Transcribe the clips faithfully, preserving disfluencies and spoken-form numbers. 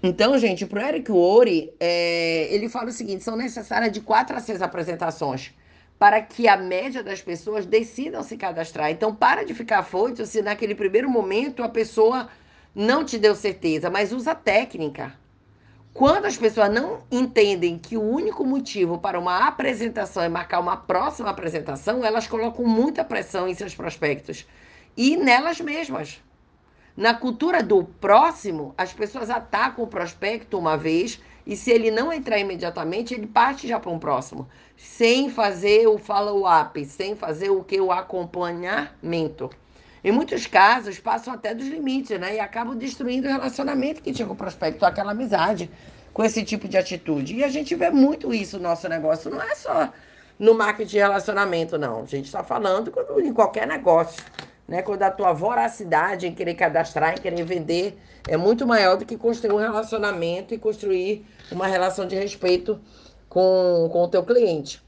Então, gente, para o Eric Worre, é, ele fala o seguinte: são necessárias de quatro a seis apresentações para que a média das pessoas decidam se cadastrar. Então, para de ficar afoito se naquele primeiro momento a pessoa não te deu certeza, mas usa técnica. Quando as pessoas não entendem que o único motivo para uma apresentação é marcar uma próxima apresentação, elas colocam muita pressão em seus prospectos e nelas mesmas. Na cultura do próximo, as pessoas atacam o prospecto uma vez e se ele não entrar imediatamente, ele parte já para um próximo, sem fazer o follow-up, sem fazer o que? O acompanhamento. Em muitos casos, passam até dos limites, né? E acabam destruindo o relacionamento que tinha com o prospecto, aquela amizade, com esse tipo de atitude. E a gente vê muito isso no nosso negócio. Não é só no marketing de relacionamento, não. A gente está falando quando, em qualquer negócio. Né? Quando a tua voracidade em querer cadastrar, em querer vender, é muito maior do que construir um relacionamento e construir uma relação de respeito com, com o teu cliente.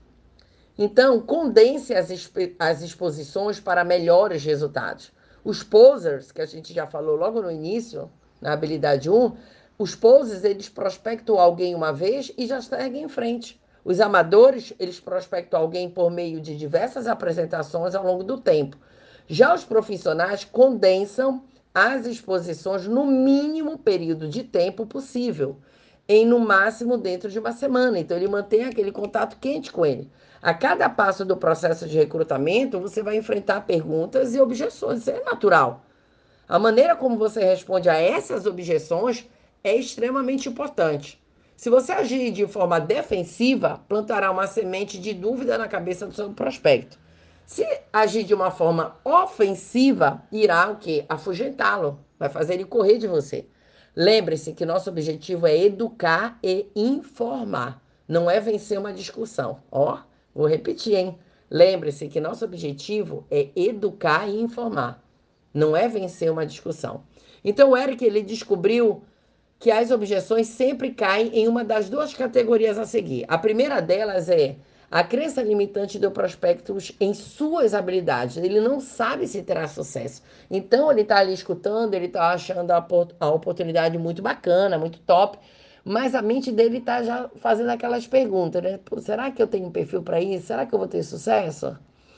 Então, condense as, as exposições para melhores resultados. Os posers, que a gente já falou logo no início, na habilidade um, os posers, eles prospectam alguém uma vez e já seguem em frente. Os amadores, eles prospectam alguém por meio de diversas apresentações ao longo do tempo. Já os profissionais condensam as exposições no mínimo período de tempo possível, em no máximo dentro de uma semana. Então, ele mantém aquele contato quente com ele. A cada passo do processo de recrutamento, você vai enfrentar perguntas e objeções. Isso é natural. A maneira como você responde a essas objeções é extremamente importante. Se você agir de forma defensiva, plantará uma semente de dúvida na cabeça do seu prospecto. Se agir de uma forma ofensiva, irá o quê? Afugentá-lo, vai fazer ele correr de você. Lembre-se que nosso objetivo é educar e informar, não é vencer uma discussão. Ó, vou repetir, hein? Lembre-se que nosso objetivo é educar e informar, não é vencer uma discussão. Então, o Eric, ele descobriu que as objeções sempre caem em uma das duas categorias a seguir. A primeira delas é a crença limitante do prospecto em suas habilidades. Ele não sabe se terá sucesso. Então, ele está ali escutando, ele está achando a, a oportunidade muito bacana, muito top, mas a mente dele está já fazendo aquelas perguntas, né? Pô, será que eu tenho um perfil para isso? Será que eu vou ter sucesso?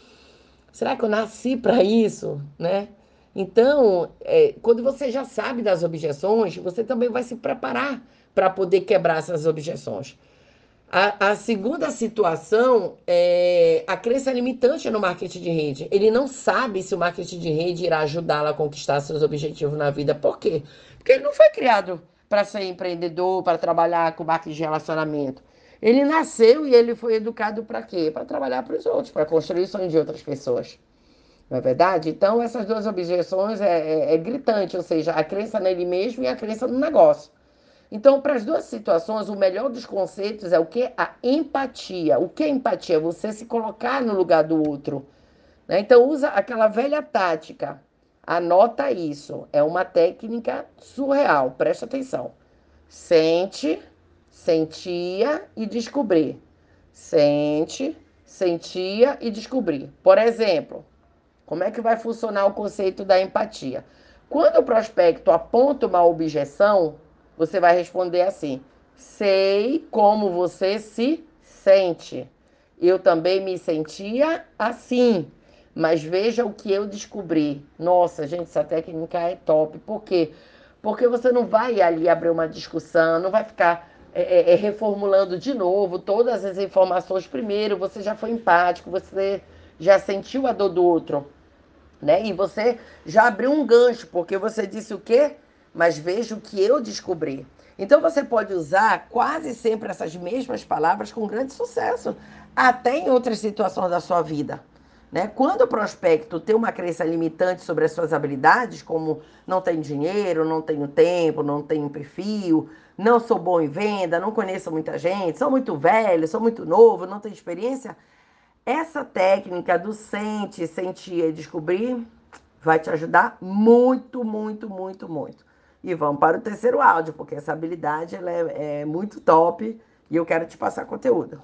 Será que eu nasci para isso, né? Então, é, quando você já sabe das objeções, você também vai se preparar para poder quebrar essas objeções. A, a segunda situação é a crença limitante no marketing de rede. Ele não sabe se o marketing de rede irá ajudá-lo a conquistar seus objetivos na vida. Por quê? Porque ele não foi criado para ser empreendedor, para trabalhar com marketing de relacionamento. Ele nasceu e ele foi educado para quê? Para trabalhar para os outros, para construir o sonho de outras pessoas. Não é verdade? Então, essas duas objeções é, é, é gritante, ou seja, a crença nele mesmo e a crença no negócio. Então, para as duas situações, o melhor dos conceitos é o que? A empatia. O que é empatia? Você se colocar no lugar do outro. Né? Então, usa aquela velha tática. Anota isso. É uma técnica surreal. Presta atenção. Sente, sentia e descobrir. Sente, sentia e descobrir. Por exemplo, como é que vai funcionar o conceito da empatia? Quando o prospecto aponta uma objeção, você vai responder assim: sei como você se sente. Eu também me sentia assim, mas veja o que eu descobri. Nossa, gente, essa técnica é top. Por quê? Porque você não vai ali abrir uma discussão, não vai ficar é, é, reformulando de novo todas as informações. Primeiro, você já foi empático, você já sentiu a dor do outro, né? E você já abriu um gancho, porque você disse o quê? Mas veja o que eu descobri. Então você pode usar quase sempre essas mesmas palavras com grande sucesso, até em outras situações da sua vida. Né? Quando o prospecto tem uma crença limitante sobre as suas habilidades, como não tenho dinheiro, não tenho tempo, não tenho perfil, não sou bom em venda, não conheço muita gente, sou muito velho, sou muito novo, não tenho experiência, essa técnica do sente, sentir e descobrir vai te ajudar muito, muito, muito, muito. E vamos para o terceiro áudio, porque essa habilidade ela é, é muito top e eu quero te passar conteúdo.